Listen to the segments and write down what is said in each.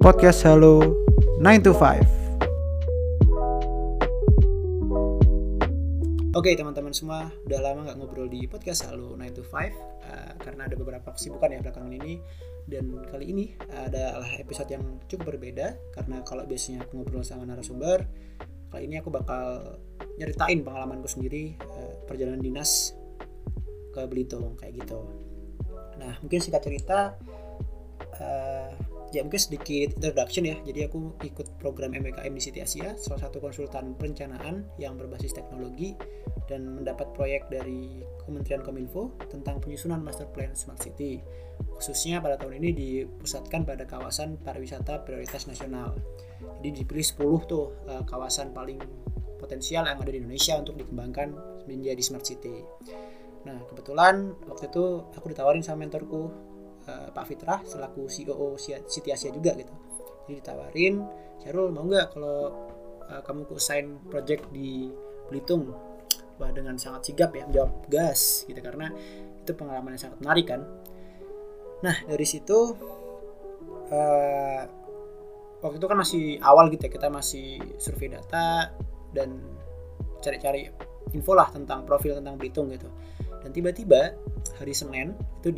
podcast Halo 9 to 5. Oke teman-teman semua, udah lama gak ngobrol di podcast Halo 9 to 5 karena ada beberapa kesibukan ya belakangan ini. Dan kali ini adalah episode yang cukup berbeda, karena kalau biasanya aku ngobrol sama narasumber, kali ini aku bakal nyeritain pengalamanku sendiri, perjalanan dinas ke Belitung kayak gitu. Nah mungkin singkat cerita, ya mungkin sedikit introduction ya. Jadi aku ikut program MBKM di City Asia, salah satu konsultan perencanaan yang berbasis teknologi, dan mendapat proyek dari Kementerian Kominfo tentang penyusunan Master Plan Smart City. Khususnya pada tahun ini dipusatkan pada kawasan pariwisata prioritas nasional. Jadi dipilih 10 tuh kawasan paling potensial yang ada di Indonesia untuk dikembangkan menjadi Smart City. Nah kebetulan waktu itu aku ditawarin sama mentorku, Pak Fitrah selaku CEO City Asia juga gitu. Jadi ditawarin, Syarul mau nggak kalau kamu assign project di Belitung? Wah dengan sangat sigap ya menjawab gas gitu, karena itu pengalaman yang sangat menarik kan. Nah dari situ waktu itu kan masih awal gitu ya, kita masih survei data dan cari-cari info lah tentang profil tentang Belitung gitu. Dan tiba-tiba hari Senin itu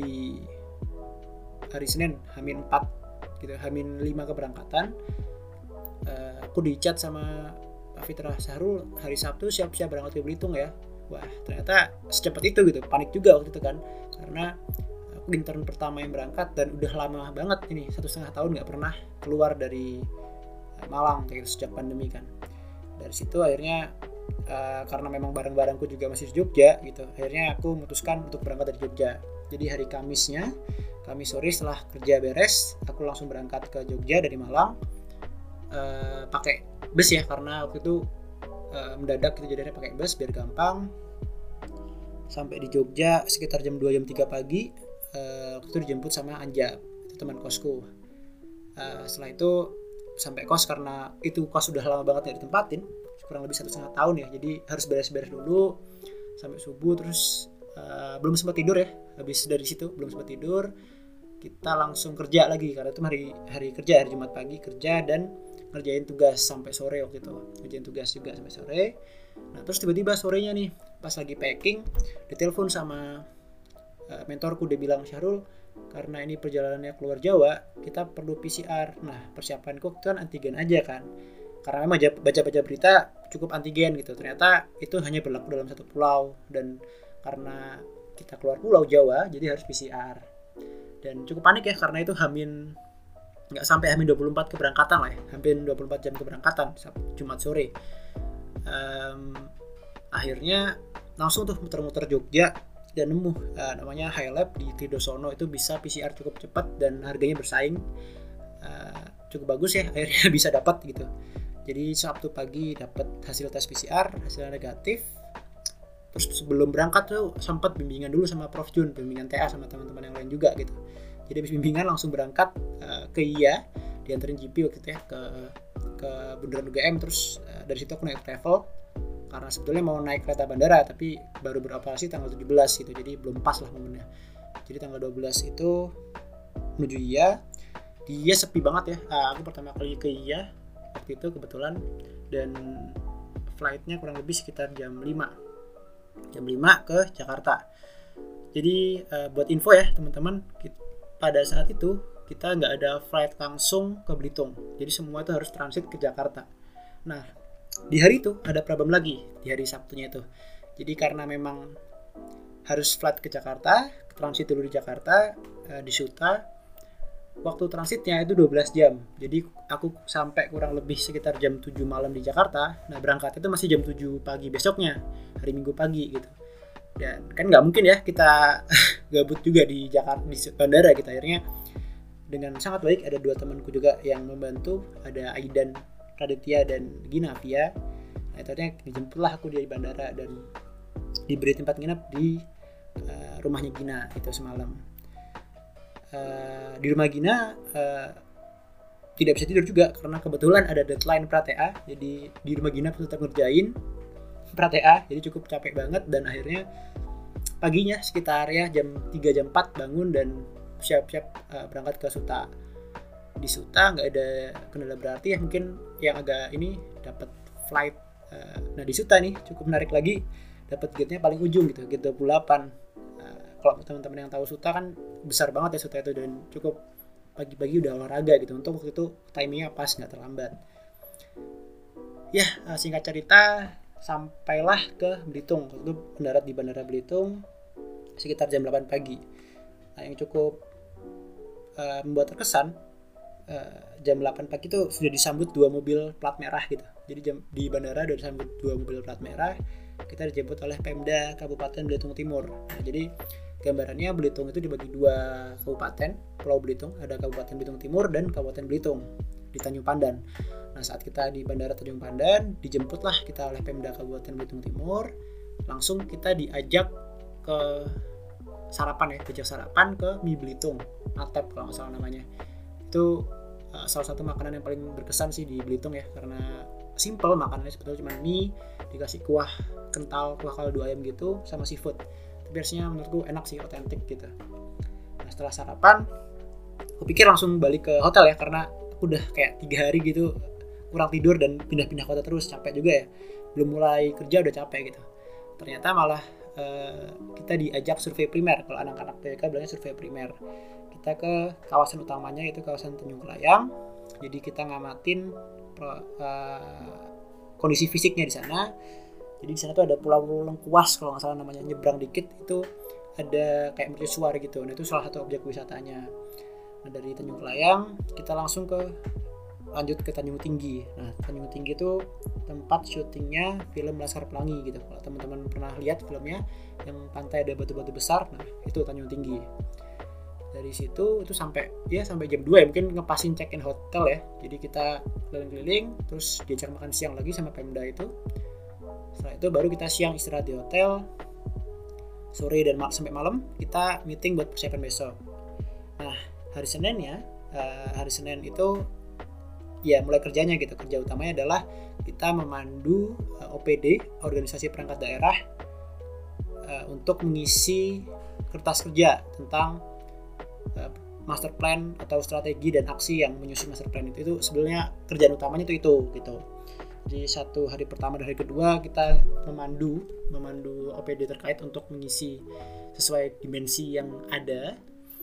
H-4 gitu, H-5 keberangkatan, aku dicat sama Pak Fitra, Sahrul hari Sabtu siap-siap berangkat ke Belitung ya. Wah ternyata secepat itu gitu, panik juga waktu itu kan, karena aku intern pertama yang berangkat dan udah lama banget ini, 1,5 tahun gak pernah keluar dari Malang kayak gitu, sejak pandemi kan. Dari situ akhirnya karena memang barang-barangku juga masih di Jogja gitu, akhirnya aku memutuskan untuk berangkat dari Jogja. Jadi hari Kamis sore setelah kerja beres, aku langsung berangkat ke Jogja dari Malang, pakai bus ya, karena waktu itu mendadak gitu, jadinya pakai bus biar gampang. Sampai di Jogja sekitar jam 2 jam 3 pagi, waktu itu dijemput sama Anja, itu teman kosku. Setelah itu sampai kos, karena itu kos sudah lama banget gak ditempatin, kurang lebih 1,5 tahun ya, jadi harus beres-beres dulu sampai subuh. Terus belum sempat tidur ya, habis dari situ belum sempat tidur, kita langsung kerja lagi, karena itu hari kerja, hari Jumat pagi kerja dan ngerjain tugas sampai sore waktu itu, ngerjain tugas juga sampai sore. Nah terus tiba-tiba sorenya nih pas lagi packing ditelepon sama mentorku, dia bilang, Syahrul karena ini perjalanannya keluar Jawa kita perlu PCR. Nah persiapanku itu kan antigen aja kan, karena memang baca-baca berita cukup antigen gitu, ternyata itu hanya berlaku dalam satu pulau, dan karena kita keluar pulau Jawa jadi harus PCR. Dan cukup panik ya, karena itu nggak sampai H-24 keberangkatan lah ya, hampir 24 jam keberangkatan Jumat sore. Akhirnya langsung tuh muter-muter Jogja dan nemu namanya High Lab di Tridosono, itu bisa PCR cukup cepat dan harganya bersaing, cukup bagus ya, akhirnya bisa dapat gitu. Jadi Sabtu pagi dapat hasil tes PCR, hasilnya negatif. Terus sebelum berangkat tuh sempat bimbingan dulu sama Prof Jun, bimbingan TA sama teman-teman yang lain juga gitu. Jadi habis bimbingan langsung berangkat ke IA, dianterin GP waktu itu ya ke Bundaran UGM. Terus dari situ aku naik travel, karena sebetulnya mau naik kereta bandara tapi baru beroperasi tanggal 17 gitu, jadi belum pas lah momennya. Jadi tanggal 12 itu menuju IA. Di IA sepi banget ya, aku pertama kali ke IA waktu itu kebetulan, dan flightnya kurang lebih sekitar jam 5 ke Jakarta. Jadi buat info ya teman-teman, pada saat itu kita nggak ada flight langsung ke Belitung, jadi semua itu harus transit ke Jakarta. Nah di hari itu ada problem lagi, di hari Sabtunya itu. Jadi karena memang harus flight ke Jakarta, transit dulu di Jakarta, di Suta, waktu transitnya itu 12 jam. Jadi aku sampai kurang lebih sekitar jam 7 malam di Jakarta. Nah berangkat itu masih jam 7 pagi besoknya, hari Minggu pagi gitu. Dan kan nggak mungkin ya kita gabut juga di Jakarta, di bandara gitu. Akhirnya dengan sangat baik ada 2 temanku juga yang membantu, ada Aidan Raditya dan Gina Via. Nah itu artinya dijemputlah aku di bandara dan diberi tempat nginap di rumahnya Gina itu semalam. Di rumah Gina tidak bisa tidur juga karena kebetulan ada deadline pra-TA. Jadi di rumah Gina tetap ngerjain pra-TA, jadi cukup capek banget. Dan akhirnya paginya sekitar ya jam 3 jam 4 bangun dan siap-siap berangkat ke Suta. di Suta nggak ada kendala berarti ya, mungkin yang agak ini dapat flight. Nah di Suta nih cukup menarik lagi, dapat gate-nya paling ujung gitu, gate 28. Kalau teman-teman yang tahu Suta kan besar banget ya Suta itu, dan cukup pagi-pagi udah olahraga gitu. Untuk waktu itu timingnya pas, nggak terlambat. Ya singkat cerita sampailah ke Belitung. Waktu itu mendarat di Bandara Belitung sekitar jam 8 pagi. Nah yang cukup membuat terkesan, jam 8 pagi itu sudah disambut 2 mobil plat merah gitu. Jadi di bandara sudah disambut 2 mobil plat merah. Kita dijemput oleh Pemda Kabupaten Belitung Timur. Nah, jadi gambarannya Belitung itu dibagi 2 kabupaten, Pulau Belitung, ada Kabupaten Belitung Timur dan Kabupaten Belitung di Tanjung Pandan. Nah, saat kita di Bandara Tanjung Pandan, dijemputlah kita oleh Pemda Kabupaten Belitung Timur. Langsung kita diajak ke sarapan ya, diajak sarapan ke mie Belitung, Atep kalau nggak salah namanya. Itu salah satu makanan yang paling berkesan sih di Belitung ya, karena simple makanannya, sebetulnya cuma mie dikasih kuah kental, kuah kaldu ayam gitu sama seafood. Tapi rasanya menurutku enak sih, otentik gitu. Nah, setelah sarapan aku pikir langsung balik ke hotel ya, karena aku udah kayak 3 hari gitu kurang tidur dan pindah-pindah kota terus, capek juga ya, belum mulai kerja udah capek gitu. Ternyata malah kita diajak survei primer. Kalau anak-anak PWK bilangnya survei primer. Kita ke kawasan utamanya, yaitu kawasan Tanjung Kelayang. Jadi kita ngamatin kondisi fisiknya di sana. Jadi di sana tuh ada pulau Lengkuas kalau nggak salah namanya, nyebrang dikit itu ada kayak mercusuar gitu. Nah itu salah satu objek wisatanya. Nah dari Tanjung Kelayang kita langsung lanjut ke Tanjung Tinggi. Nah Tanjung Tinggi itu tempat syutingnya film Laskar Pelangi gitu. Kalau teman-teman pernah lihat filmnya yang pantai ada batu-batu besar, nah itu Tanjung Tinggi. Dari situ itu sampai jam 2 ya, mungkin ngepasin check-in hotel ya. Jadi kita keliling-keliling, terus diajak makan siang lagi sama Pemda itu. Setelah itu baru kita siang istirahat di hotel. Sore dan sampai malam kita meeting buat persiapan besok. Nah hari Senin itu ya mulai kerjanya gitu. Kerja utamanya adalah kita memandu OPD, organisasi perangkat daerah, untuk mengisi kertas kerja tentang master plan atau strategi dan aksi yang menyusun master plan itu sebenarnya kerjaan utamanya itu gitu. Jadi 1 hari pertama dan hari kedua kita memandu OPD terkait untuk mengisi sesuai dimensi yang ada.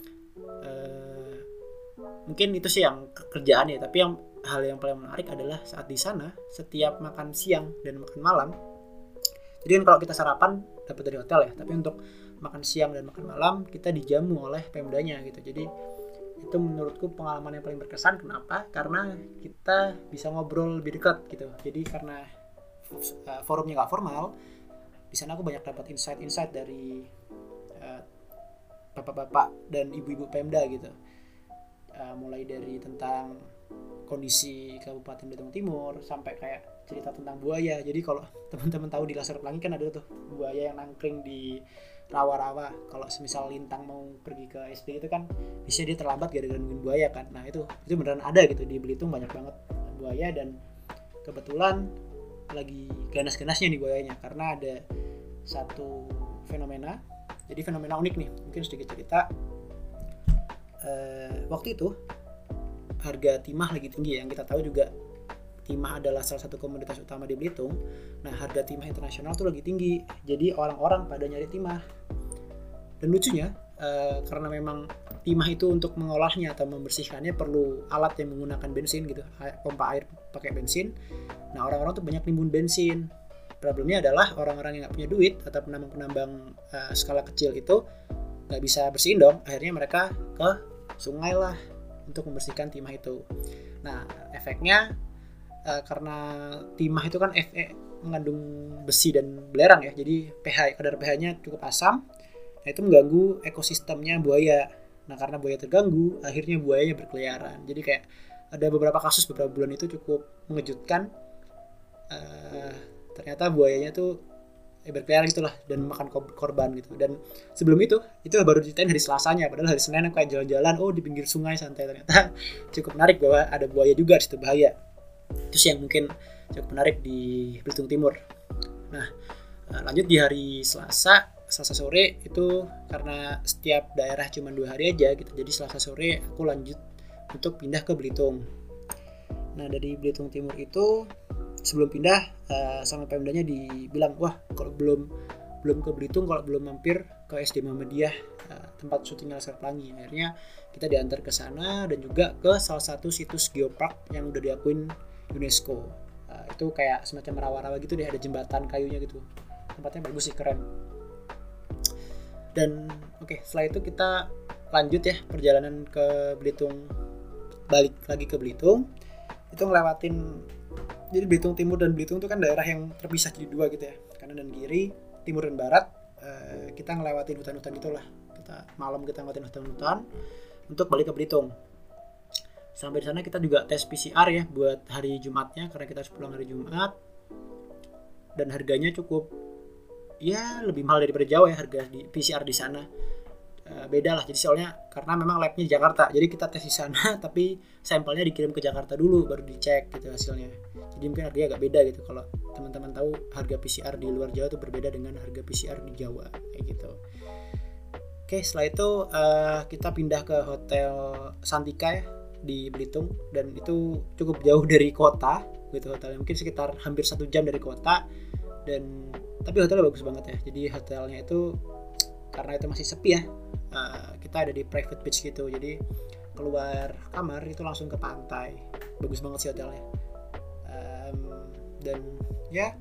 Mungkin itu sih yang kerjaan ya, tapi hal yang paling menarik adalah saat di sana setiap makan siang dan makan malam. Jadi kan kalau kita sarapan dapat dari hotel ya, tapi untuk makan siang dan makan malam kita dijamu oleh Pemdanya gitu. Jadi itu menurutku pengalaman yang paling berkesan. Kenapa? Karena kita bisa ngobrol lebih dekat gitu. Jadi karena forumnya nggak formal, di sana aku banyak dapat insight dari bapak-bapak dan ibu-ibu Pemda gitu. Mulai dari tentang kondisi Kabupaten Belitung Timur sampai kayak cerita tentang buaya. Jadi kalau teman-teman tahu di Laskar Pelangi kan ada tuh buaya yang nangkring di rawa-rawa. Kalau semisal Lintang mau pergi ke SD itu kan bisa dia terlambat gara-gara nungguin buaya kan. Nah itu beneran ada gitu di Belitung, banyak banget buaya, dan kebetulan lagi ganas-ganasnya nih buayanya karena ada satu fenomena. Jadi fenomena unik nih, mungkin sedikit cerita. Waktu itu harga timah lagi tinggi ya. Yang kita tahu juga timah adalah salah satu komoditas utama di Belitung. Nah harga timah internasional tuh lagi tinggi, jadi orang-orang pada nyari timah. Dan lucunya karena memang timah itu untuk mengolahnya atau membersihkannya perlu alat yang menggunakan bensin gitu, pompa air pakai bensin. Nah orang-orang tuh banyak nimbun bensin. Problemnya adalah orang-orang yang nggak punya duit atau penambang-penambang skala kecil itu nggak bisa bersihin dong. Akhirnya mereka ke sungai lah untuk membersihkan timah itu. Nah efeknya karena timah itu kan mengandung besi dan belerang ya, jadi kadar pH-nya cukup asam. Nah itu mengganggu ekosistemnya buaya. Nah karena buaya terganggu, akhirnya buayanya berkeliaran. Jadi kayak ada beberapa kasus beberapa bulan itu cukup mengejutkan. Ternyata buayanya tuh berkeliaran gitulah dan makan korban gitu. Dan sebelum itu baru diceritain hari Selasanya, padahal hari Senin kayak jalan-jalan di pinggir sungai santai. Ternyata cukup menarik bahwa ada buaya juga di situ, bahaya. Itu sih yang mungkin cukup menarik di Belitung Timur. Nah lanjut di hari Selasa sore itu karena setiap daerah cuma 2 hari aja gitu. Jadi Selasa sore aku lanjut untuk pindah ke Belitung. Nah dari Belitung Timur itu sebelum pindah sama Pemdanya dibilang, wah kalau belum ke Belitung, kalau belum mampir ke SD Muhammadiyah tempat syuting Laskar Pelangi. Akhirnya kita diantar ke sana dan juga ke salah satu situs geopark yang udah diakuin UNESCO. Itu kayak semacam rawa-rawa gitu deh, ada jembatan kayunya gitu. Tempatnya bagus sih, keren. Dan setelah itu kita lanjut ya perjalanan ke Belitung, balik lagi ke Belitung. Itu ngelewatin, jadi Belitung Timur dan Belitung itu kan daerah yang terpisah jadi dua gitu ya, kanan dan kiri, timur dan barat. Kita ngelewatin hutan-hutan itulah. Malam kita ngelewatin hutan-hutan untuk balik ke Belitung. Sampai di sana kita juga tes PCR ya buat hari Jumatnya, karena kita harus pulang hari Jumat. Dan harganya cukup ya lebih mahal daripada Jawa ya, harga di PCR di sana. Beda lah, jadi soalnya karena memang labnya di Jakarta, jadi kita tes di sana tapi sampelnya dikirim ke Jakarta dulu baru dicek gitu hasilnya. Jadi mungkin harganya agak beda gitu. Kalau teman-teman tahu harga PCR di luar Jawa itu berbeda dengan harga PCR di Jawa kayak gitu. Setelah itu kita pindah ke Hotel Santika ya di Belitung, dan itu cukup jauh dari kota gitu hotelnya, mungkin sekitar hampir 1 jam dari kota. Dan tapi hotelnya bagus banget ya. Jadi hotelnya itu karena itu masih sepi ya, kita ada di private beach gitu, jadi keluar kamar itu langsung ke pantai. Bagus banget sih hotelnya. Dan ya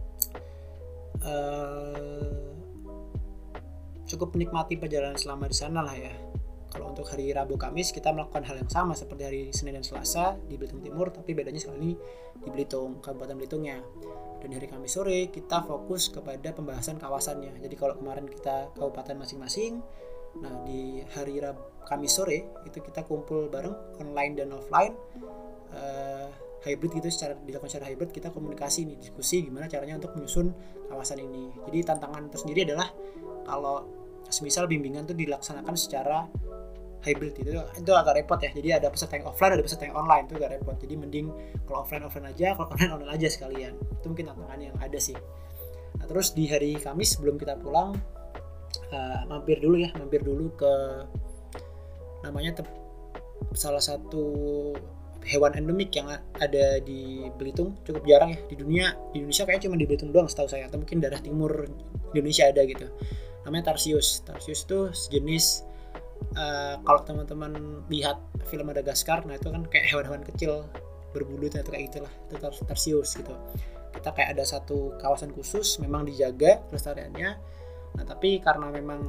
cukup menikmati perjalanan selama di sana lah ya. Kalau untuk hari Rabu Kamis kita melakukan hal yang sama seperti hari Senin dan Selasa di Belitung Timur, tapi bedanya sekali ini di Belitung, Kabupaten Belitungnya. Dan hari Kamis sore kita fokus kepada pembahasan kawasannya. Jadi kalau kemarin kita kabupaten masing-masing, nah di hari Kamis sore itu kita kumpul bareng online dan offline, hybrid gitu, dilakukan secara hybrid. Kita komunikasi nih, diskusi gimana caranya untuk menyusun kawasan ini. Jadi tantangan tersendiri adalah kalau semisal bimbingan tuh dilaksanakan secara hybrid itu agak repot ya. Jadi ada peserta yang offline, ada peserta yang online, itu agak repot. Jadi mending kalau offline aja, kalau online aja sekalian. Itu mungkin tantangan yang ada sih. Nah, terus di hari Kamis sebelum kita pulang, mampir dulu ke namanya salah satu hewan endemik yang ada di Belitung, cukup jarang ya di Indonesia kayaknya cuma di Belitung doang setahu saya, atau mungkin daerah timur Indonesia ada gitu. Namanya Tarsius itu sejenis, kalau teman-teman lihat film Madagaskar, nah itu kan kayak hewan-hewan kecil berbulu itu kayak gitulah, itu Tarsius gitu. Kita kayak ada satu kawasan khusus memang dijaga pelestariannya. Nah tapi karena memang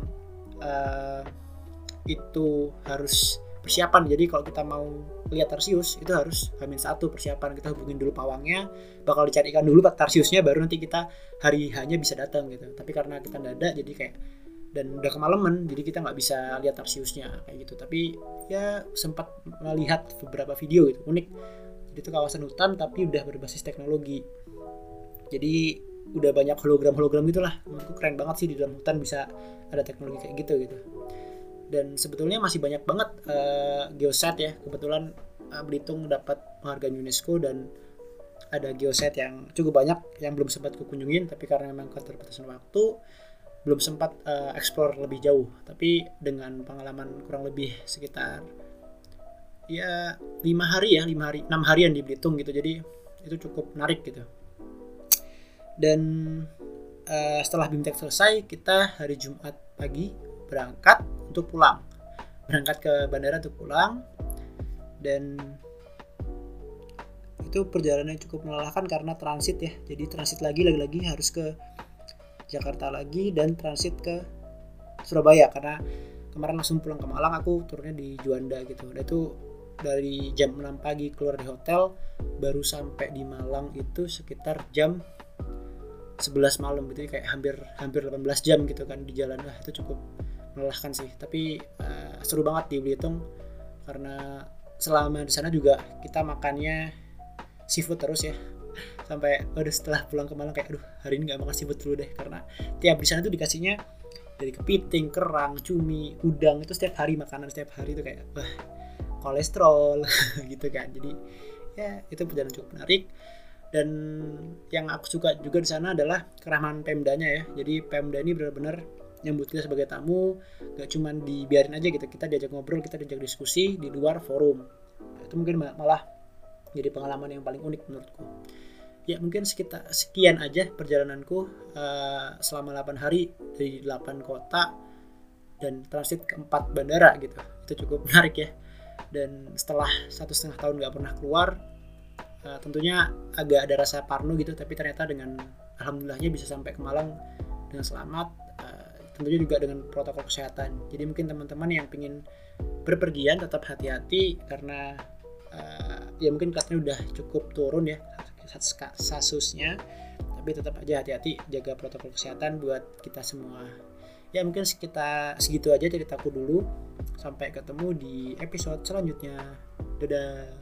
itu harus persiapan, jadi kalau kita mau lihat Tarsius itu harus H-1 persiapan. Kita hubungin dulu pawangnya, bakal dicarikan dulu Tarsiusnya, baru nanti kita hari hanya bisa datang gitu. Tapi karena kita nggak ada, jadi kayak, dan udah kemalaman, jadi kita nggak bisa lihat Tarsiusnya kayak gitu. Tapi ya sempat melihat beberapa video gitu, unik. Jadi itu kawasan hutan tapi udah berbasis teknologi. Jadi udah banyak hologram gitulah. Menurutku keren banget sih, di dalam hutan bisa ada teknologi kayak gitu. Dan sebetulnya masih banyak banget geoset ya. Kebetulan Belitung dapat penghargaan UNESCO dan ada geoset yang cukup banyak yang belum sempat kukunjungin, tapi karena memang keterbatasan waktu belum sempat explore lebih jauh. Tapi dengan pengalaman kurang lebih sekitar ya 6 harian di Belitung gitu, jadi itu cukup menarik gitu. Dan setelah BIMTEK selesai, kita hari Jumat pagi berangkat ke bandara untuk pulang. Dan itu perjalanan yang cukup melelahkan karena transit ya. Jadi transit lagi harus ke Jakarta lagi dan transit ke Surabaya, karena kemarin langsung pulang ke Malang, aku turunnya di Juanda gitu. Dan itu dari jam 6 pagi keluar di hotel, baru sampai di Malang itu sekitar jam 11 malam gitu, kayak hampir 18 jam gitu kan di jalan. Itu cukup melelahkan sih, tapi seru banget di Belitung karena selama di sana juga kita makannya seafood terus ya. Sampai setelah pulang ke Malang kayak hari ini nggak makan seafood dulu deh, karena tiap di sana tuh dikasihnya dari kepiting, kerang, cumi, udang, itu setiap hari makanan setiap hari itu kayak kolesterol gitu kan. Jadi ya itu perjalanan cukup menarik. Dan yang aku suka juga di sana adalah keramahan Pemdanya ya. Jadi Pemda ini benar-benar nyambut kita sebagai tamu, gak cuman dibiarin aja gitu, kita diajak ngobrol, kita diajak diskusi di luar forum. Itu mungkin malah jadi pengalaman yang paling unik menurutku. Ya mungkin sekian aja perjalananku selama 8 hari dari 8 kota dan transit ke 4 bandara gitu. Itu cukup menarik ya. Dan setelah 1,5 tahun gak pernah keluar, tentunya agak ada rasa parno gitu, tapi ternyata dengan alhamdulillahnya bisa sampai ke Malang dengan selamat, tentunya juga dengan protokol kesehatan. Jadi mungkin teman-teman yang ingin berpergian tetap hati-hati karena ya mungkin katanya udah cukup turun ya kasusnya, tapi tetap aja hati-hati, jaga protokol kesehatan buat kita semua. Ya mungkin segitu aja ceritaku dulu. Sampai ketemu di episode selanjutnya. Dadah.